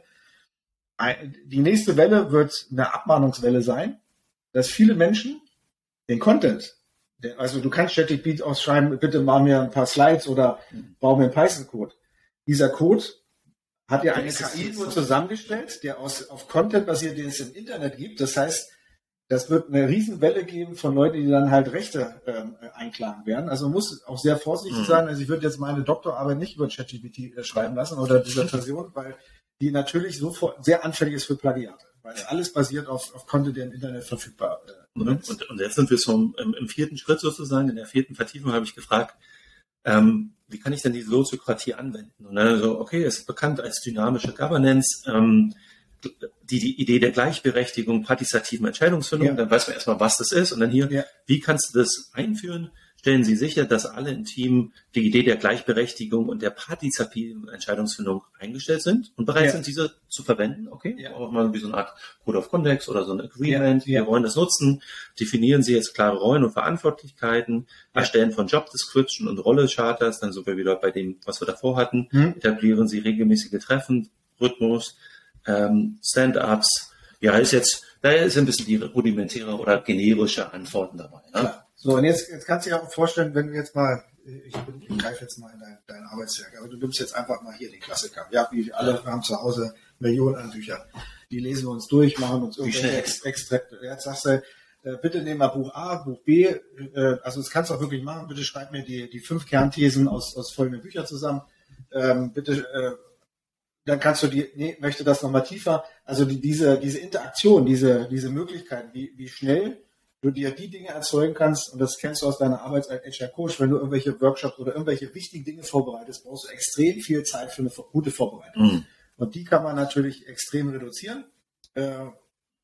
S2: Die nächste Welle wird eine Abmahnungswelle sein, dass viele Menschen den Content, also du kannst ChatGPT ausschreiben, bitte mach mir ein paar Slides oder bau mir einen Python-Code. Dieser Code hat ja eine K I nur zusammengestellt, der aus, auf Content basiert, den es im Internet gibt. Das heißt, das wird eine Riesenwelle geben von Leuten, die dann halt Rechte ähm, einklagen werden. Also man muss auch sehr vorsichtig mhm. sein. Also ich würde jetzt meine Doktorarbeit nicht über ChatGPT äh, schreiben lassen oder Dissertation, weil die natürlich sofort sehr anfällig ist für Plagiate. Weil alles basiert auf, auf Content, der im Internet verfügbar ist. Äh,
S1: und, und, und jetzt sind wir so im, im vierten Schritt sozusagen. In der vierten Vertiefung habe ich gefragt, Ähm, wie kann ich denn die Soziokratie anwenden? Und dann so, okay, es ist bekannt als dynamische Governance, ähm, die, die Idee der Gleichberechtigung, partizipativen Entscheidungsfindung, ja. Dann weiß man erstmal, was das ist. Und dann hier, ja. Wie kannst du das einführen? Stellen Sie sicher, dass alle im Team die Idee der Gleichberechtigung und der partizipativen Entscheidungsfindung eingestellt sind und bereit ja. sind, diese zu verwenden. Okay, ja. Auch mal wie so eine Art Code of Conduct oder so ein Agreement. Ja. Wir wollen das nutzen. Definieren Sie jetzt klare Rollen und Verantwortlichkeiten. Ja. Erstellen von Job Description und Rolle-Charters. Dann sind wir wieder bei dem, was wir davor hatten. Hm. Etablieren Sie regelmäßige Treffen, Rhythmus, ähm, Stand-ups. Ja, ist jetzt, da ist ein bisschen die rudimentäre oder generische Antworten dabei. Ne?
S2: Klar. So, und jetzt, jetzt kannst du dir auch vorstellen, wenn du jetzt mal, ich, bin, ich greife jetzt mal in dein, dein Arbeitswerk, aber du nimmst jetzt einfach mal hier den Klassiker. Ja, wie alle haben zu Hause Millionen an Büchern. Die lesen wir uns durch, machen uns irgendwelche Ex Extrakte. Jetzt sagst du, äh, bitte nehmen wir Buch A, Buch B, äh, also das kannst du auch wirklich machen, bitte schreib mir die, die fünf Kernthesen aus, aus folgenden Büchern zusammen. Ähm, bitte, äh, dann kannst du die, nee, möchte das nochmal tiefer. Also die, diese, diese Interaktion, diese, diese Möglichkeiten, wie, wie schnell du dir die Dinge erzeugen kannst, und das kennst du aus deiner Arbeit als H R-Coach, wenn du irgendwelche Workshops oder irgendwelche wichtigen Dinge vorbereitest, brauchst du extrem viel Zeit für eine gute Vorbereitung. Mhm. Und die kann man natürlich extrem reduzieren. Und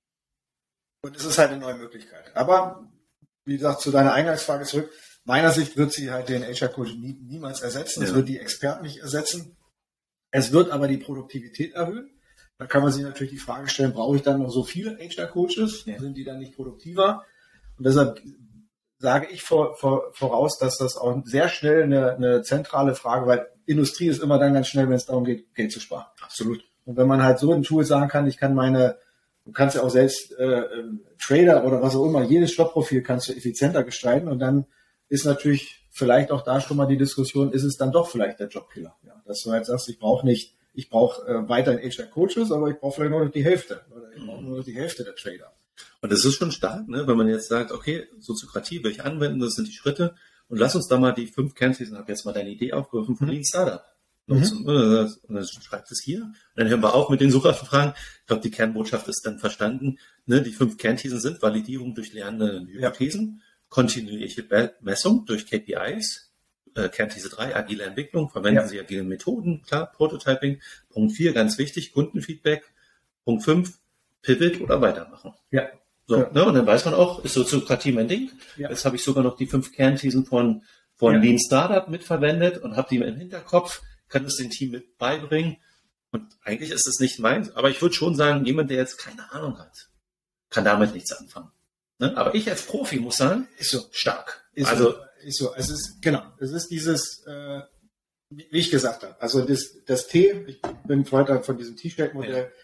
S2: es ist halt eine neue Möglichkeit. Aber, wie gesagt, zu deiner Eingangsfrage zurück, meiner Sicht wird sie halt den H R-Coach nie, niemals ersetzen. Es ja. wird die Experten nicht ersetzen. Es wird aber die Produktivität erhöhen. Da kann man sich natürlich die Frage stellen, brauche ich dann noch so viele H R-Coaches? Ja. Sind die dann nicht produktiver? Und deshalb sage ich vor, vor, voraus, dass das auch sehr schnell eine, eine zentrale Frage, weil Industrie ist immer dann ganz schnell, wenn es darum geht, Geld zu sparen.
S1: Absolut.
S2: Und wenn man halt so ein Tool sagen kann, ich kann meine, du kannst ja auch selbst äh, Trader oder was auch immer, jedes Jobprofil kannst du effizienter gestalten und dann ist natürlich vielleicht auch da schon mal die Diskussion, ist es dann doch vielleicht der Jobkiller? Ja, dass du halt sagst, ich brauche nicht, ich brauche äh, weiterhin H R-Coaches, aber ich brauche vielleicht nur noch die Hälfte oder ich brauche nur noch die Hälfte der Trader.
S1: Und das ist schon stark, ne? Wenn man jetzt sagt, okay, Soziokratie will ich anwenden, das sind die Schritte. Und lass uns da mal die fünf Kernthesen, habe jetzt mal deine Idee aufgerufen, von Lean Startup. nutzen. Mhm. Und dann schreibt es hier. Und dann hören wir auf mit den Suchanfragen. Ich glaube, die Kernbotschaft ist dann verstanden. Ne? Die fünf Kernthesen sind Validierung durch lernende Hypothesen, ja. kontinuierliche Messung durch K P Is, äh, Kernthese drei, agile Entwicklung, verwenden ja. Sie agile Methoden, klar, Prototyping. Punkt vier, ganz wichtig, Kundenfeedback. Punkt fünf, Pivot oder weitermachen.
S2: Ja.
S1: So,
S2: ja.
S1: Ne? Und dann weiß man auch, ist Soziokratie mein Ding. Ja. Jetzt habe ich sogar noch die fünf Kernthesen von von ja. Lean Startup mitverwendet und habe die im Hinterkopf, kann es dem Team mit beibringen. Und eigentlich ist es nicht meins, aber ich würde schon sagen, jemand, der jetzt keine Ahnung hat, kann damit nichts anfangen. Ne? Aber ich als Profi muss sagen, ist so stark.
S2: Ist
S1: also
S2: so, ist so. Es ist genau, es ist dieses, äh, wie ich gesagt habe, also das, das T, ich bin Freund von diesem T-Shirt-Modell, ja.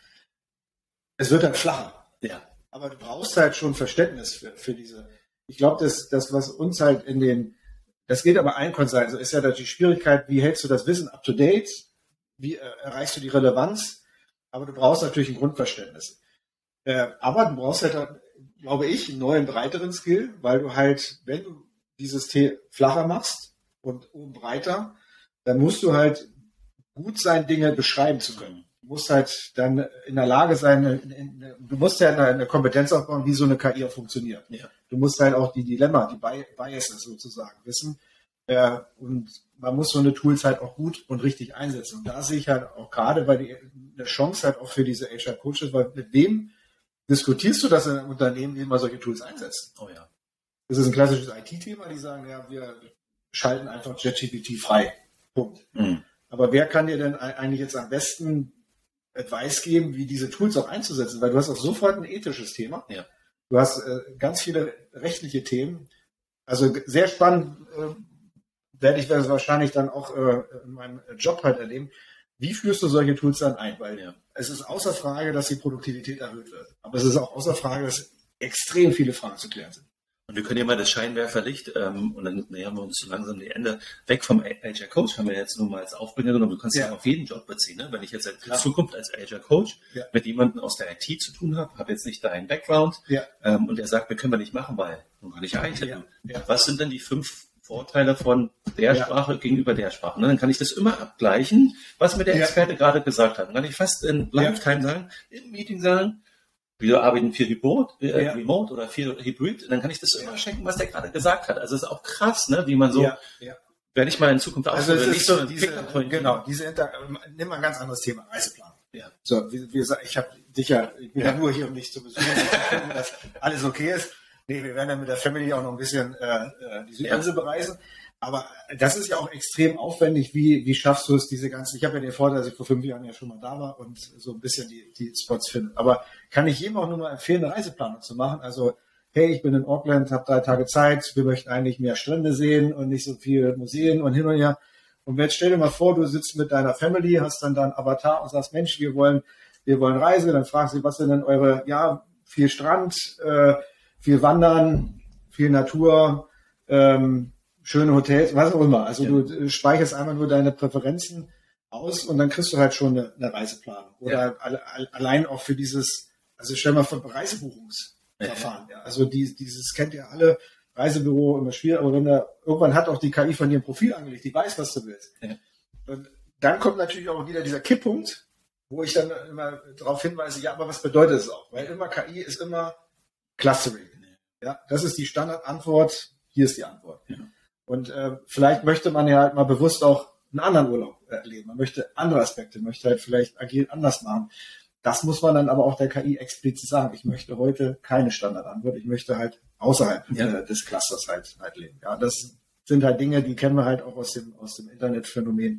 S2: es wird halt flacher.
S1: Ja.
S2: Aber du brauchst halt schon Verständnis für, für diese. Ich glaube, das, das, was uns halt in den Das geht aber ein Consultant. Also ist ja die Schwierigkeit, wie hältst du das Wissen up to date? Wie äh, erreichst du die Relevanz? Aber du brauchst natürlich ein Grundverständnis. Äh, aber du brauchst halt, glaube ich, einen neuen, breiteren Skill, weil du halt, wenn du dieses T flacher machst und oben breiter, dann musst du halt gut sein, Dinge beschreiben zu können. Du musst halt dann in der Lage sein, in, in, du musst ja eine, eine Kompetenz aufbauen, wie so eine K I auch funktioniert. Ja. Du musst halt auch die Dilemma, die Biases sozusagen wissen. Äh, und man muss so eine Tools halt auch gut und richtig einsetzen. Und da sehe ich halt auch gerade bei die, eine Chance halt auch für diese H R-Coaches, weil mit wem diskutierst du das in einem Unternehmen, wie man solche Tools einsetzt?
S1: Oh ja.
S2: Das ist ein klassisches I T-Thema, die sagen, ja, wir schalten einfach ChatGPT frei. Punkt. Mhm. Aber wer kann dir denn eigentlich jetzt am besten Advice geben, wie diese Tools auch einzusetzen? Weil du hast auch sofort ein ethisches Thema.
S1: Ja.
S2: Du hast äh, ganz viele rechtliche Themen. Also sehr spannend äh, werde ich das wahrscheinlich dann auch äh, in meinem Job halt erleben. Wie führst du solche Tools dann ein? Weil ja. es ist außer Frage, dass die Produktivität erhöht wird. Aber es ist auch außer Frage, dass extrem viele Fragen zu klären sind.
S1: Und wir können ja mal das Scheinwerferlicht, ähm, und dann nähern wir uns so langsam die Ende, weg vom H R-Coach, haben wir jetzt nur mal als Aufbringer genommen. Du kannst ja auf jeden Job beziehen. Ne? Wenn ich jetzt in ja. Zukunft als H R-Coach ja. mit jemandem aus der I T zu tun habe, habe jetzt nicht deinen Background,
S2: ja.
S1: ähm, und er sagt, wir können wir nicht machen, weil dann kann ich eintippen.
S2: Ja. Ja.
S1: Was sind denn die fünf Vorteile von der ja. Sprache gegenüber der Sprache? Ne? Dann kann ich das immer abgleichen, was mir der Experte ja. gerade gesagt hat. Dann kann ich fast in Lifetime ja. sagen, im Meeting sagen, wir arbeiten viel Remote, äh, ja. Remote oder viel Hybrid, dann kann ich das ja. immer schenken, was der gerade gesagt hat. Also es ist auch krass, ne, wie man so,
S2: ja. Ja.
S1: werde ich mal in Zukunft
S2: also
S1: ausprobieren.
S2: Nicht so diese, genau, diese Inter nimm mal ein ganz anderes Thema, Reiseplan.
S1: Ja.
S2: So, wie, wie gesagt, ich habe dich ja, ich bin ja. ja nur hier, um dich zu besuchen, dass alles okay ist. Nee, wir werden ja mit der Family auch noch ein bisschen äh, die Südinsel ja. bereisen. Aber das ist ja auch extrem aufwendig. Wie, wie schaffst du es, diese ganzen, ich habe ja den Vorteil, dass ich vor fünf Jahren ja schon mal da war und so ein bisschen die, die Spots finde. Aber kann ich jedem auch nur mal empfehlen, eine Reiseplanung zu machen? Also, hey, ich bin in Auckland, habe drei Tage Zeit, wir möchten eigentlich mehr Strände sehen und nicht so viele Museen und hin und her. Und jetzt stell dir mal vor, du sitzt mit deiner Family, hast dann deinen Avatar und sagst, Mensch, wir wollen, wir wollen Reise. Dann fragst du, was sind denn eure, ja, viel Strand, äh, viel Wandern, viel Natur, ähm, schöne Hotels, was auch immer. Also ja. du speicherst einmal nur deine Präferenzen aus und dann kriegst du halt schon eine, eine Reiseplanung. Oder ja. alle, allein auch für dieses, also stell mal vor, Reisebuchungsverfahren. Ja. Ja. Also die, dieses kennt ihr alle, Reisebüro immer schwierig, aber wenn da, irgendwann hat auch die K I von dir ein Profil angelegt, die weiß, was du willst. Ja. Und dann kommt natürlich auch wieder dieser Kipppunkt, wo ich dann immer darauf hinweise, ja, aber was bedeutet es auch? Weil immer K I ist immer Clustering. Ja, das ist die Standardantwort, hier ist die Antwort. Ja. Und äh, vielleicht möchte man ja halt mal bewusst auch einen anderen Urlaub erleben. Man möchte andere Aspekte, möchte halt vielleicht agil anders machen. Das muss man dann aber auch der K I explizit sagen. Ich möchte heute keine Standardantwort. Ich möchte halt außerhalb ja. äh, des Clusters halt, halt leben. Ja, das sind halt Dinge, die kennen wir halt auch aus dem, aus dem Internetphänomen.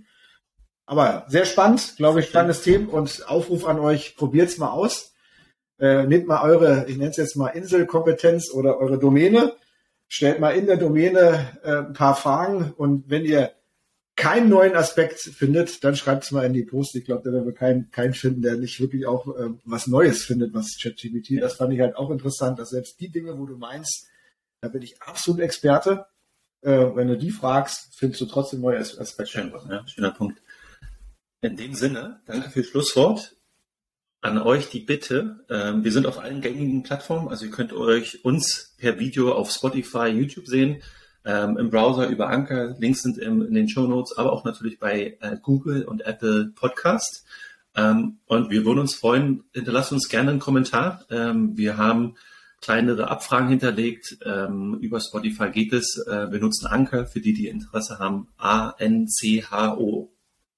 S2: Aber sehr spannend, glaube ich, spannendes Thema und Aufruf an euch, probiert's mal aus. Äh, nehmt mal eure, ich nenne es jetzt mal Inselkompetenz oder eure Domäne. Stellt mal in der Domäne äh, ein paar Fragen und wenn ihr keinen neuen Aspekt findet, dann schreibt es mal in die Post. Ich glaube, da werden wir keinen keinen finden, der nicht wirklich auch äh, was Neues findet, was ChatGPT. Ja. Das fand ich halt auch interessant, dass selbst die Dinge, wo du meinst, da bin ich absolut Experte. Äh, wenn du die fragst, findest du trotzdem neue Aspekte.
S1: Schön, ja, schöner Punkt. In dem Sinne, danke fürs Schlusswort. An euch die Bitte, ähm, wir sind auf allen gängigen Plattformen, also ihr könnt euch uns per Video auf Spotify, YouTube sehen. ähm, im Browser über Anchor. Links sind im, in den Shownotes, aber auch natürlich bei äh, Google und Apple Podcast. Ähm, und wir würden uns freuen, hinterlasst uns gerne einen Kommentar. Ähm, wir haben kleinere Abfragen hinterlegt. Ähm, über Spotify geht es. Äh, wir nutzen Anchor, für die, die Interesse haben. A N C H O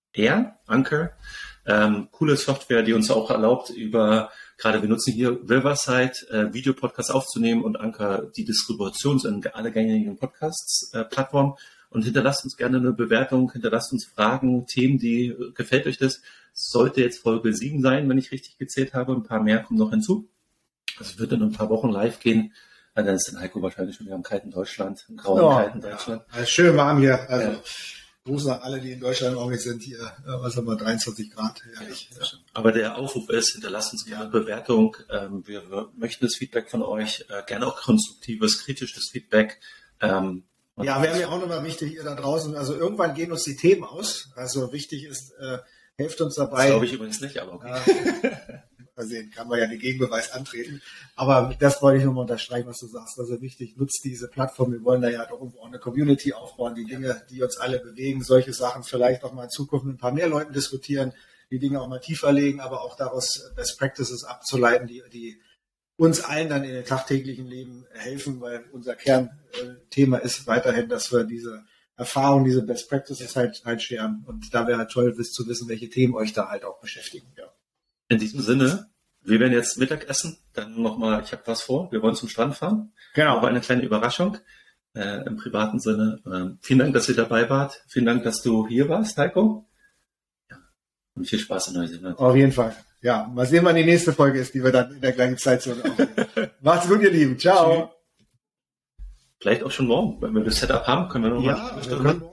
S1: R, Anchor. Ähm, coole Software, die uns auch erlaubt, über, gerade wir nutzen hier Riverside, äh, Videopodcasts aufzunehmen und Anchor die Distribution in alle gängigen Podcasts-Plattformen. Äh, und hinterlasst uns gerne eine Bewertung, hinterlasst uns Fragen, Themen, die, äh, gefällt euch das? Sollte jetzt Folge sieben sein, wenn ich richtig gezählt habe. Ein paar mehr kommen noch hinzu. Also wird in ein paar Wochen live gehen. Dann ist in Heiko wahrscheinlich schon wieder im kalten Deutschland, im grauen
S2: ja,
S1: kalten Deutschland.
S2: Ja, schön warm hier. Also, ja. Gruß an alle, die in Deutschland auch nicht sind. Hier, was haben wir, dreiundzwanzig Grad. Herrlich.
S1: Ja. Aber der Aufruf ist, hinterlasst uns gerne eine Bewertung. Ähm, wir, wir möchten das Feedback von euch, äh, gerne auch konstruktives, kritisches Feedback. Ähm,
S2: ja, wäre mir auch nochmal wichtig, ihr da draußen. Also irgendwann gehen uns die Themen aus. Also wichtig ist, äh, helft uns dabei. Das
S1: glaube ich übrigens nicht, aber okay.
S2: Ja. Also kann man ja den Gegenbeweis antreten. Aber das wollte ich nochmal unterstreichen, was du sagst. Also wichtig, nutzt diese Plattform. Wir wollen da ja doch irgendwo auch eine Community aufbauen, die Dinge, die uns alle bewegen, solche Sachen vielleicht auch mal in Zukunft mit ein paar mehr Leuten diskutieren, die Dinge auch mal tiefer legen, aber auch daraus Best Practices abzuleiten, die, die uns allen dann in den tagtäglichen Leben helfen, weil unser Kernthema ist weiterhin, dass wir diese Erfahrung, diese Best Practices halt, halt scheren. Und da wäre toll, zu wissen, welche Themen euch da halt auch beschäftigen. Ja.
S1: In diesem Sinne, wir werden jetzt Mittagessen, dann nochmal, ich habe was vor, wir wollen zum Strand fahren.
S2: Genau.
S1: Aber eine kleine Überraschung äh, im privaten Sinne. Ähm, vielen Dank, dass ihr dabei wart. Vielen Dank, dass du hier warst, Heiko. Ja. Und viel Spaß in Neuseeland.
S2: Auf jeden Fall. Ja, mal sehen, wann die nächste Folge ist, die wir dann in der gleichen Zeitzone aufnehmen. Macht's gut, ihr Lieben. Ciao.
S1: Vielleicht auch schon morgen, wenn wir das Setup haben, können wir noch
S2: ja,
S1: mal.
S2: wir können